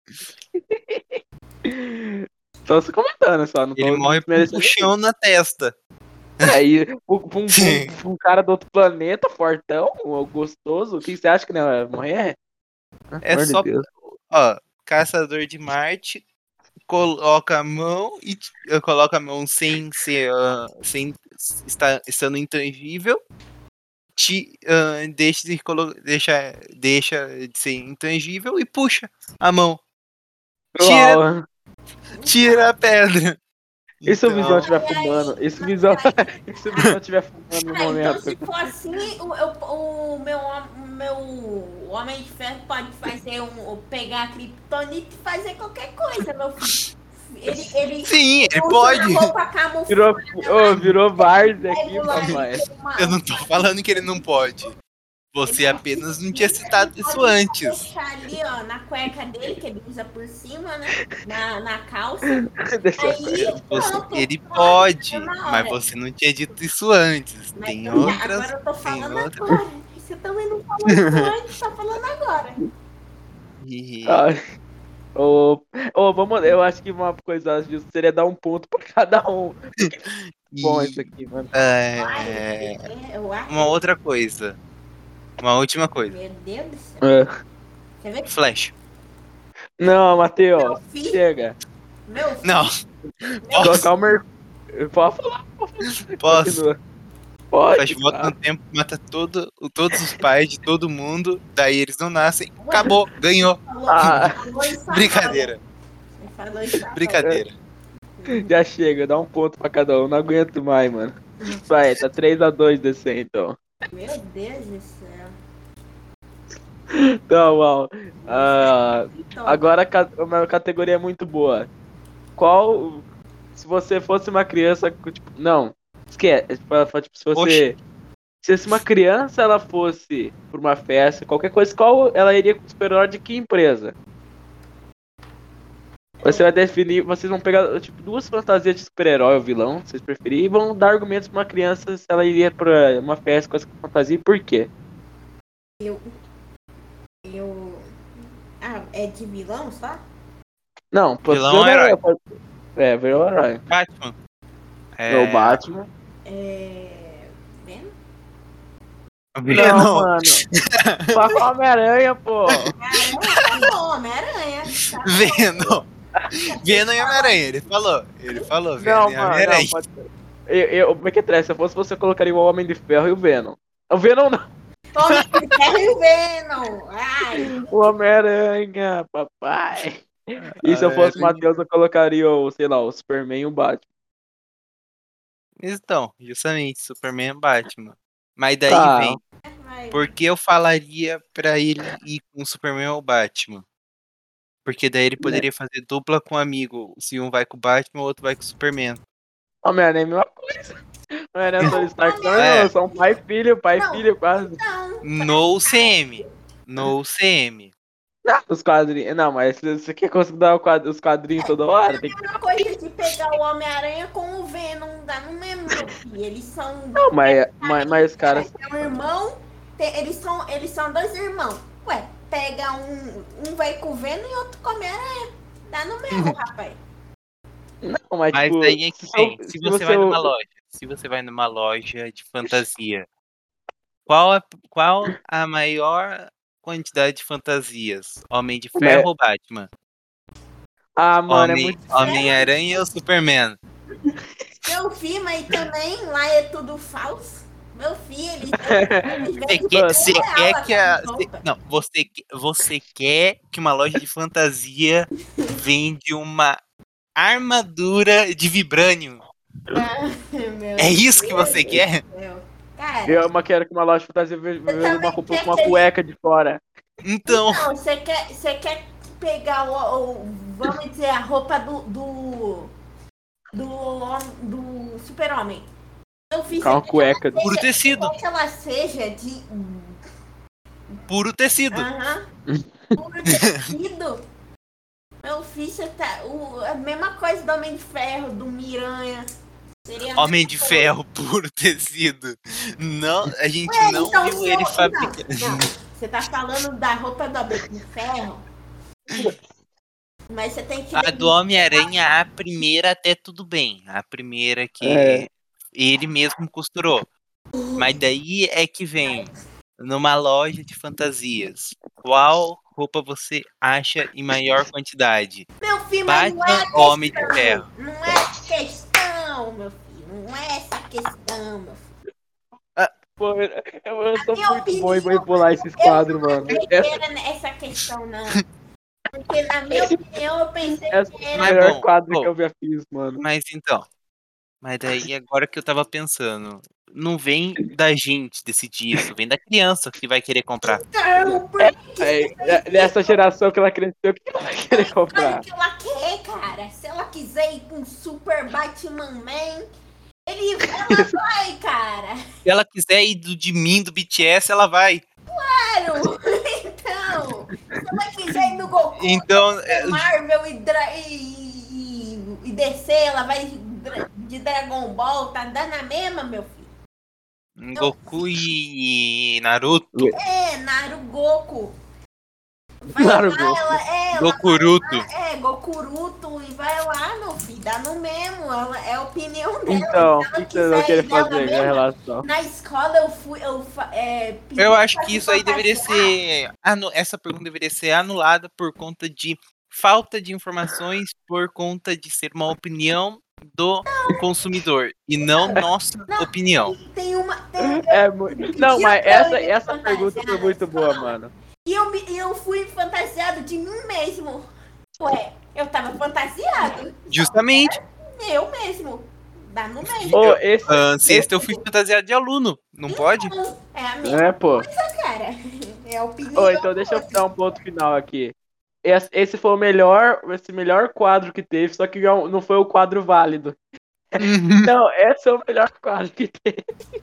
Só se comentando, só. Não tô Ele morre com um desmerecendo. puxão na testa. É, e um, um, um, um cara do outro planeta, fortão, gostoso, o que você acha que não vai morrer? É Amor de só, Deus. ó, Caçador de Marte coloca a mão e uh, coloca a mão sem ser, uh, sem estar estando intangível, te, uh, deixa, de colo- deixa, deixa de ser intangível e puxa a mão, tira, Uau. tira a pedra. E se o Visão Então, estiver fumando? E se o Visão, e se o Visão estiver fumando no Ah, então momento? se for assim, o, eu- o meu, o meu Homem de Ferro pode fazer um. Pegar a Kryptonite e fazer qualquer coisa, meu filho. Ele, ele Sim, ele usa pode. roupa camuflada. Virou, ô, virou várzea aqui, Pega o larido, papai. uma- Eu não tô falando que ele não pode. Você apenas não tinha citado Ele isso pode antes. deixar ali, ó, na cueca dele, que ele usa por cima, né? Na, na calça. Deixa eu Aí, ver. Você- pronto. ele pode, na hora. mas você não tinha dito isso antes. Mas Tem eu- outras. Agora eu tô tem falando outras. agora. Você também não falou isso antes, tá falando agora. E- Ai. Ô, ô, vamos, eu acho que uma coisa justa seria dar um ponto pra cada um. Bom, e- isso aqui, mano. é, Ai, eu acho. uma outra coisa. Uma última coisa. Meu Deus do céu. É. Quer ver? Flash. Não, Matheus, Meu filho. chega. Meu filho. Não, posso, Colocar o Mercúrio. Pode falar. posso. Continua. Pode. Flash volta no tempo, mata todo, todos os pais de todo mundo, daí eles não nascem. Acabou, ganhou. Falou, Ah. falou isso agora. Brincadeira, Ele falou isso agora. brincadeira. Já chega, dá um ponto pra cada um. Não aguento mais, mano. Vai, tá três a dois desse aí, então. Meu Deus do céu. Então, Uau. Ah, Então, agora a ca- uma categoria muito boa. Qual. Se você fosse uma criança. Tipo, não. Esquece. Tipo, tipo, se você. Se uma criança ela fosse pra uma festa, qualquer coisa, qual ela iria com o super-herói de que empresa? Você vai definir, vocês vão pegar tipo duas fantasias de super-herói ou vilão, se vocês preferirem, e vão dar argumentos pra uma criança se ela iria pra uma festa com essa fantasia e por quê? eu. Eu. Ah, é de vilão só? Não, pode Vilão ser ou herói? pode- É, vilão ou herói. Batman. É o Batman. É. Venom? Não, Venom. mano. Só com Homem-Aranha, pô. Caramba, tá bom, Homem-Aranha. Tá bom. Venom. Venom e Homem-Aranha, ele falou. Ele falou, Venom Não, e mano, Homem-Aranha. não, pode ser. Eu, eu, como é que é? Se eu fosse você, colocaria o Homem de Ferro e o Venom. O Venom não. Homem de Ferro e o Venom. Ai, O Homem-Aranha, papai. E se eu fosse o Aranha. Matheus, eu colocaria o, sei lá, o Superman e o Batman. Então, justamente, Superman e Batman. Mas daí Tá. vem, vai. por que eu falaria pra ele ir com o Superman ou o Batman? Porque daí ele poderia fazer dupla com um amigo. Se um vai com o Batman, o outro vai com o Superman. Homem-Aranha é a mesma coisa. Homem-Aranha e Tony Stark são, É. são pai e filho, pai e Não. filho quase. Não, No C M. No C M. Não, os quadrinhos. Não, mas se você quer conseguir dar o quad- os quadrinhos toda hora, tem que. é uma coisa de pegar o Homem-Aranha com o Venom, dá no mesmo. E eles são. Não, mas, mas, mas os caras. É um irmão. te- Eles são, eles são dois irmãos. Ué, pega um. Um vai com o Venom e outro com o Homem-Aranha. Dá no mesmo, rapaz. Não, mas, Mas tipo. daí é que se vem. eu- Se se você vai numa loja, se você vai numa loja de fantasia, qual a, qual a maior quantidade de fantasias? Homem de Ferro Mas- ou Batman? Ah, mano, é Homem, muito. Homem-Aranha ou Superman? Meu filho, mas também lá é tudo falso. Meu filho, eles. eles Você vendem quer, tudo você real, quer que a. essas você- roupas. não, você, que- você quer que uma loja de fantasia vende uma armadura de vibrânio? Meu É isso que Deus você do quer? céu. Cara, Eu uma quero que uma loja de fantasia veja também uma roupa quer com uma que ele- cueca de fora. Então, não, você quer, você quer pegar o, o- vamos dizer, a roupa do do do, hom- do super-homem. Eu fiz Com uma cueca. puro tecido. que ela seja de Puro tecido. aham, puro tecido. Meu filho, você tá o, a mesma coisa do Homem de Ferro, do Miranha. Seria a Homem mesma de coisa. ferro, puro tecido. Não, a gente Ué, não então, viu se ele eu- fabricar. Não, não, você tá falando da roupa do Homem de Ferro. Mas você tem que. A do Homem-Aranha, a primeira até tudo bem. A primeira que É. ele mesmo costurou. Mas daí é que vem numa loja de fantasias. Qual roupa você acha em maior quantidade? Meu filho, mas não é Batman a ou Homem de questão. Ferro? Não é a questão, meu filho. Não é essa a questão, meu filho. Pô, eu, eu sou minha muito opinião, bom em manipular esses Eu quadros, não mano. achei que era essa questão, não. Porque na minha opinião eu pensei Essa que é o Mas era. melhor bom, quadro bom. que eu já fiz, mano. Mas então. Mas daí agora que eu tava pensando. não vem da gente decidir isso, vem da criança que vai querer comprar. Então, por É, que é, é, nessa geração que ela cresceu, o que ela vai querer Olha comprar? o que ela quer, cara. Se ela quiser ir com Super Batman Man, ele, ela vai, cara. Se ela quiser ir do de mim, do B T S, ela vai. Claro. Então, se ela quiser ir no Goku, Então, é, Marvel e, Dra- e, e, e D C, ela vai de, Dra- de Dragon Ball, tá dando a mesma, meu filho. Goku e Naruto, É, Naru Goku. Vai Naruto. lá, ela, é, ela Gokuruto. vai lá, é, Gokuruto, e vai lá, meu filho, dá no mesmo, ela, é a opinião dela. Então, o se que ela que você vai quiser querer ir dela fazer com a mesma, relação? na escola eu fui, eu, fa- é, pedi Eu acho pra que se isso aí deveria fantasiar. ser. anu- Essa pergunta deveria ser anulada por conta de falta de informações, por conta de ser uma opinião do consumidor e não nossa Não, opinião. Tem uma, tem, É, mu- não, pediram mas pra eu essa, ir essa pergunta fantasiar foi na muito boa, escola. mano. E eu, me- e eu fui fantasiado de mim mesmo. Ué, eu tava fantasiado. Justamente. Eu mesmo. Dá no mesmo. Ô, esse, Ah, sexta eu fui fantasiado de aluno, não pode? Então, é a mesma é, pô. coisa, cara. É a opinião. Ô, então deixa eu dar um ponto final aqui. Esse, esse foi o melhor, esse melhor quadro que teve, só que não não foi o quadro válido. Uhum. Não, esse é o melhor quadro que teve.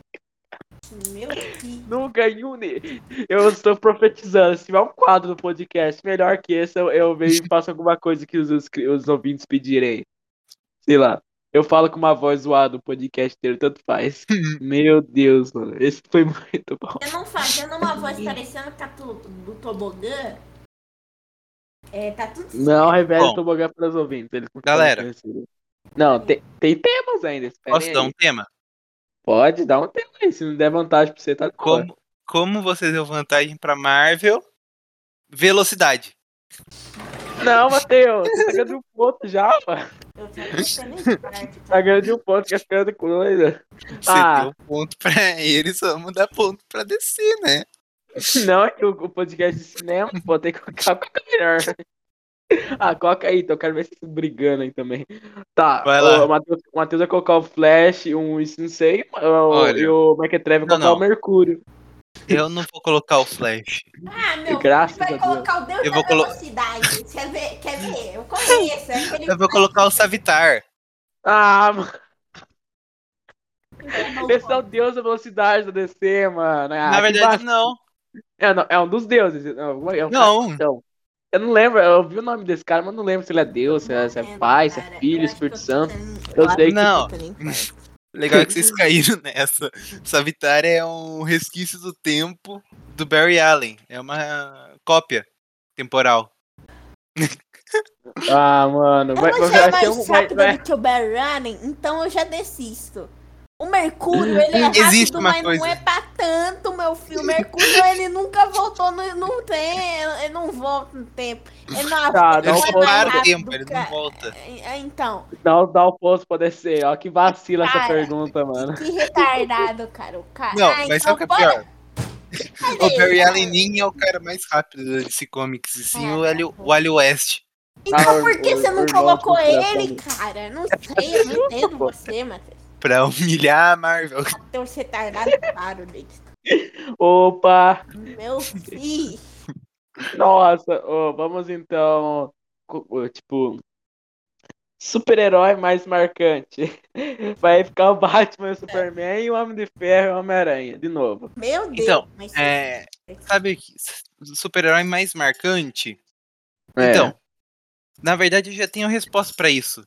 Meu Deus. Nunca em um. ne- Eu estou profetizando. Se tiver um quadro do podcast melhor que esse, eu, eu venho e faço alguma coisa que os, os, os ouvintes pedirem. Sei lá. Eu falo com uma voz zoada o podcast inteiro, tanto faz. Meu Deus, mano. Esse foi muito bom. Eu não fazendo uma voz parecendo que tá tu, do tobogã. É, tá tudo certo. Não revele Bom. o tobogã para os ouvintes. Eles não Galera. podem conhecer. Não, tem, tem temas ainda. esperem Posso dar aí. um tema? Pode dar um tema aí. Se não der vantagem pra você, tá de boa. Como, como você deu vantagem pra Marvel? Velocidade. Não, Matheus. Você tá ganhando de um ponto já, mano. Eu tô pensando em parte, Tá ganhando de um ponto, quer ficando coisa. Você Ah. deu ponto pra eles, vamos dar ponto pra D C, né? Não, é que o, o podcast de cinema, pô, tem que colocar qual que é melhor. Ah, coloca aí, então eu quero ver vocês brigando aí também. Tá, Vai lá. o Matheus, o Matheus vai colocar o Flash, um isso não sei, o, Olha. e o Mequetreve vai Não, colocar não. o Mercúrio. Eu não vou colocar o Flash. Ah, meu, Graças você vai a Deus. colocar o Deus Eu da vou colo- velocidade. Quer ver? Quer ver? Eu conheço. É aquele Eu vou colocar o Savitar. Ah, mano, Não, esse é o deus da velocidade do D C, mano. Ah, Na que verdade, vacilo. não. É, não, é um dos deuses. Não, é um Não. cara- então, eu não lembro, eu ouvi o nome desse cara, mas não lembro se ele é Deus, se é, se é pai, se é filho, Espírito Santo. Eu sei que- Não. Legal é que vocês caíram nessa. Savitar é um resquício do tempo do Barry Allen. É uma cópia temporal. Ah, mano, vai, Ela vai, já é vai ser mais um. Vai, rápida vai, do que o Barry Allen, então eu já desisto. O Mercúrio, ele é rápido, Existe uma mas coisa. não é pra tanto, meu filho. O Mercúrio, ele nunca voltou, no, não tem, ele não volta no tempo. Ele não, Tá, ele dá não um Ele é pouco mais para o rápido, tempo, ele não cara. volta. É, Então, Não dá o posto pra descer, ó, que vacila essa Cara, pergunta, mano. que retardado, cara. O cara. Não, Ah, mas sabe o que é pode- pior? Olha O aí, Barry cara. Allen nem é o cara mais rápido da D C Comics, e sim É, o Wally, o Wally West. Então Ah, por que o- você o não irmão colocou do ele, Flash. cara? Não sei, eu não entendo você, Matheus. Pra humilhar a Marvel. Matheus retardado, claro, Dex. Opa! Meu filho. Nossa, ô, vamos então. co- ô, Tipo, super-herói mais marcante. Vai ficar o Batman, o Superman e o Homem de Ferro e o Homem-Aranha, de novo. Meu Deus. Então, mas É, sabe o que- o super-herói mais marcante? É. Então, na verdade eu já tenho a resposta pra isso.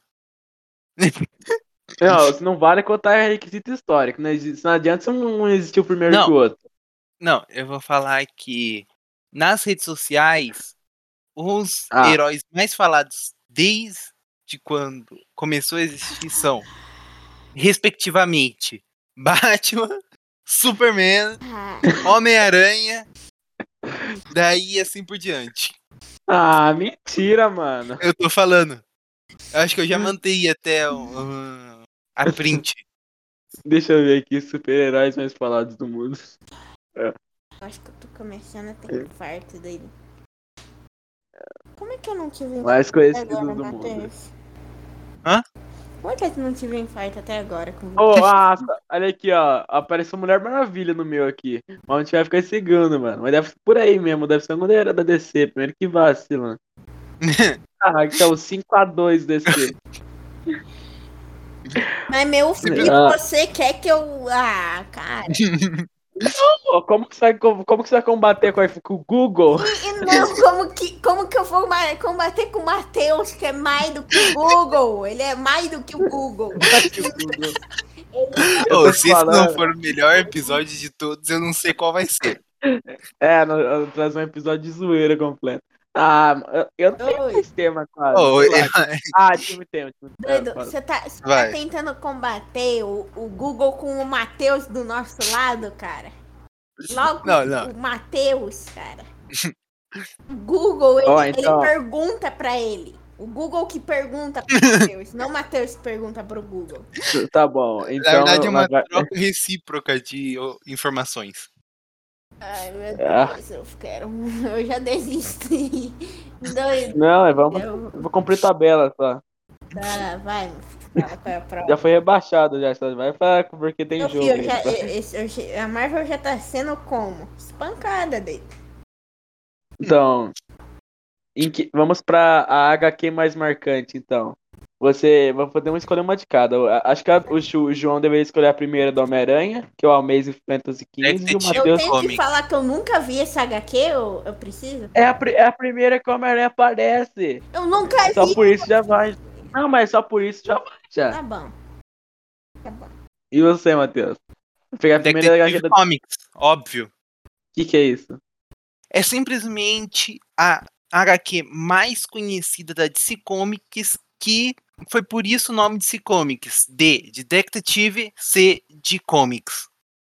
Não, isso não vale contar requisito histórico. Não, existe, não adianta se um não existiu primeiro Não. que o outro. Não, eu vou falar que nas redes sociais, os Ah. heróis mais falados desde quando começou a existir são, respectivamente, Batman, Superman, Ah, Homem-Aranha, daí assim por diante. Ah, mentira, mano. Eu tô falando. Eu acho que eu já mandei até um, a print. Deixa eu ver aqui, super-heróis mais falados do mundo. eu acho que eu tô começando a ter infarto dele. Como é que eu não tive Mais conhecidos agora, do mundo. Matheus? Hã? Como é que eu não tive um infarto até agora com você? Ô, ah, olha aqui, ó. Apareceu Mulher Maravilha no meu aqui. Mas a gente vai ficar segundo, mano. Mas deve ser por aí mesmo. Deve ser alguma galera da D C. Primeiro que vacila. Ah, então cinco a dois D C. Mas, meu filho, Ah. você quer que eu. Ah, cara. Pô, como que você vai, como, como que você vai combater com, a- com o Google? E não, como que, como que eu vou ma- combater com o Matheus, que é mais do que o Google? Ele é mais do que o Google. Eu Ô, tô se esse não falando. for o melhor episódio de todos, eu não sei qual vai ser. É, no- eu trazer um episódio de zoeira completo. Ah, eu- eu não tenho Oi. mais tema quase. Ô, sei lá. eu- Ah, time tem, time tem. Doido, fala. você tá, você tá Vai. tentando combater o, o Google com o Matheus do nosso lado, cara? Logo Não, não. o Matheus, cara. O Google, ele, Ó, ele então- pergunta pra ele. O Google que pergunta pro Matheus, não o Matheus que pergunta pro Google. Tá bom. Então, Na verdade, é uma vai- troca recíproca de ô, informações. Ai, meu Ah. Deus, eu quero. Eu já desisti. Doido. Não, é, vamos. Eu- Eu vou cumprir tabela só. Tá, vai, fala qual é a prova. Já foi rebaixado, já. Só vai falar porque tem Meu jogo. filho, aí, já- tá? esse- eu já- a Marvel já tá sendo como? Espancada dele. Então, em que- vamos pra a H Q mais marcante, então. Você vai poder escolher uma de cada. Eu Acho que a- o, Ju- o João deveria escolher a primeira do Homem-Aranha, que é o Amazing Fantasy quinze, e o Detetive Eu Matheus. tenho que Comics. falar que eu nunca vi essa H Q, eu, eu preciso? É a, pri- é a primeira que o Homem-Aranha aparece. Eu nunca Só vi. por isso já vai. Não, mas só por isso já vai. Já. Tá bom. Tá bom. E você, Matheus? Vou pegar a primeira H Q Detective da. O Comics, óbvio. que, que é isso? É simplesmente a H Q mais conhecida da D C Comics, que foi por isso o nome D C Comics. D de Detective, C de Comics.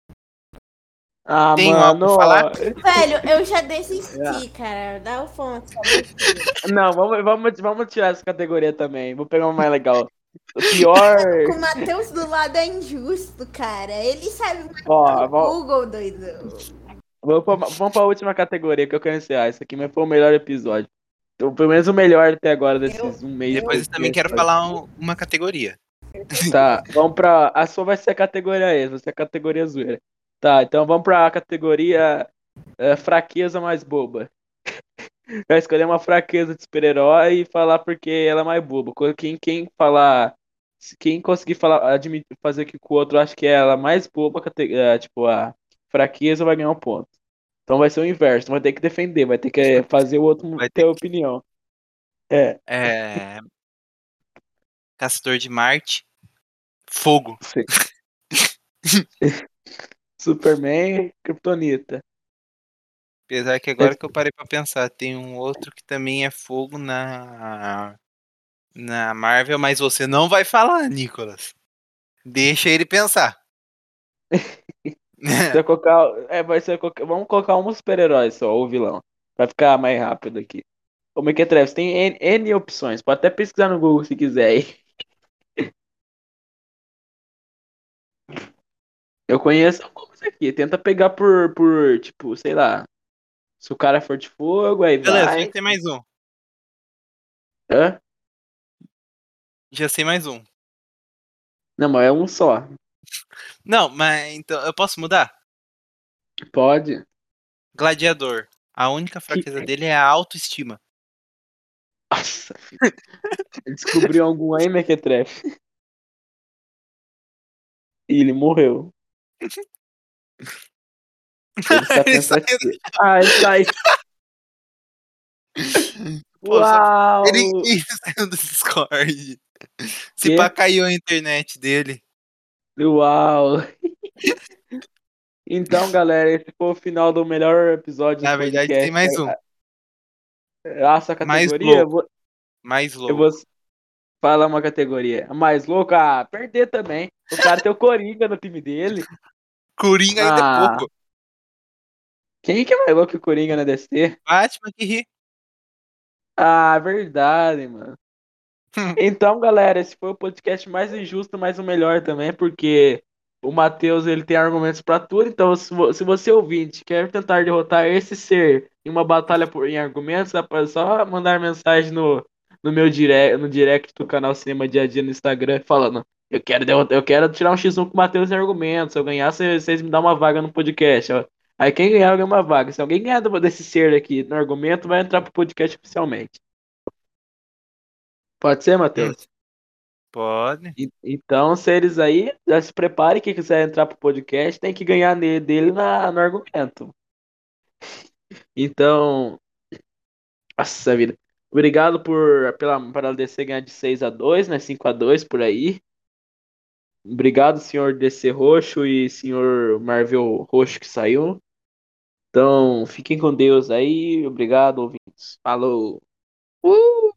Ah, Tem algo mano. pra falar? Velho, eu já desisti, cara. Dá o fone. Não, vamos, vamos, vamos tirar essa categoria também. Vou pegar uma mais legal. O pior. Com o Matheus do lado é injusto, cara. Ele sabe mais Ó, do vamos, Google, doido. vamos pra, vamos pra última categoria que eu quero encerrar. Isso aqui mas foi o melhor episódio. Então, pelo menos o melhor até agora desses um mês. Depois eu também quero falar um- uma categoria. Tá, vamos pra. A sua vai ser a categoria essa, vai ser a categoria zoeira. Tá, então vamos pra categoria é, fraqueza mais boba. Vai escolher uma fraqueza de super-herói e falar porque ela é mais boba. Quem, quem falar. Quem conseguir falar, admitir, fazer que o outro acha que ela é mais boba, cate- é, tipo, a fraqueza vai ganhar um ponto. Então vai ser o inverso, vai ter que defender, vai ter que fazer o outro Vai ter ter opinião. É, É... Caçador de Marte. Fogo. sim. Superman, Kryptonita. Apesar que agora que eu parei pra pensar, tem um outro que também é fogo na na Marvel, mas você não vai falar, Nicolas. Deixa ele pensar. Você vai colocar, é, vai ser, qualquer- vamos colocar um super-herói só, ou vilão. Vai ficar mais rápido aqui. O Mequetrefs tem N, N opções, pode até pesquisar no Google se quiser aí. Eu conheço alguns aqui, tenta pegar por, por, tipo, sei lá. Se o cara for de fogo, aí Beleza, vai. já tem mais um. Hã? Já sei mais um. Não, mas é um só. Não, mas então eu posso mudar? Pode. Gladiador. A única fraqueza dele é a autoestima. Nossa, filho. Descobriu algum aí, Mequetrefe? E ele morreu. Ele está Ele pensativo. Ah, ele sai. Pô, Uau! Ele que saiu do Discord. Se Quê? pá, caiu a internet dele. Uau! Então, galera, esse foi o final do melhor episódio Na do verdade, podcast. tem mais um. Ah, essa Mais categoria? Eu louco. vou, Mais eu louco. vou falar uma categoria. A mais louca? Ah, perder também. O cara tem o Coringa no time dele. Coringa ainda é Ah. pouco. Quem que é mais louco que o Coringa na D C? Batman que ri. Ah, verdade, mano. Então, galera, esse foi o podcast mais injusto, mas o melhor também, porque o Matheus ele tem argumentos pra tudo. Então, se, vo- se você ouvinte quer tentar derrotar esse ser em uma batalha por, em argumentos, é pra- só mandar mensagem no, no meu direct, no direct do canal Cinema Dia a Dia no Instagram falando: Eu quero, derrotar- eu quero tirar um xis um com o Matheus em argumentos. Se eu ganhar, vocês vocês me dão uma vaga no podcast. Ó. Aí quem ganhar, ganha uma vaga. Se alguém ganhar do- desse ser aqui no argumento, vai entrar pro podcast oficialmente. Pode ser, Hum, Matheus? pode. E- Então, seres aí, já se prepare. Quem quiser entrar pro podcast tem que ganhar ne- dele na, no argumento. Então, nossa vida. Obrigado por pela para a D C ganhar de seis a dois, né? Cinco a dois por aí. Obrigado, senhor D C Roxo e senhor Marvel Roxo que saiu. Então, fiquem com Deus aí. Obrigado, ouvintes. Falou. Uh!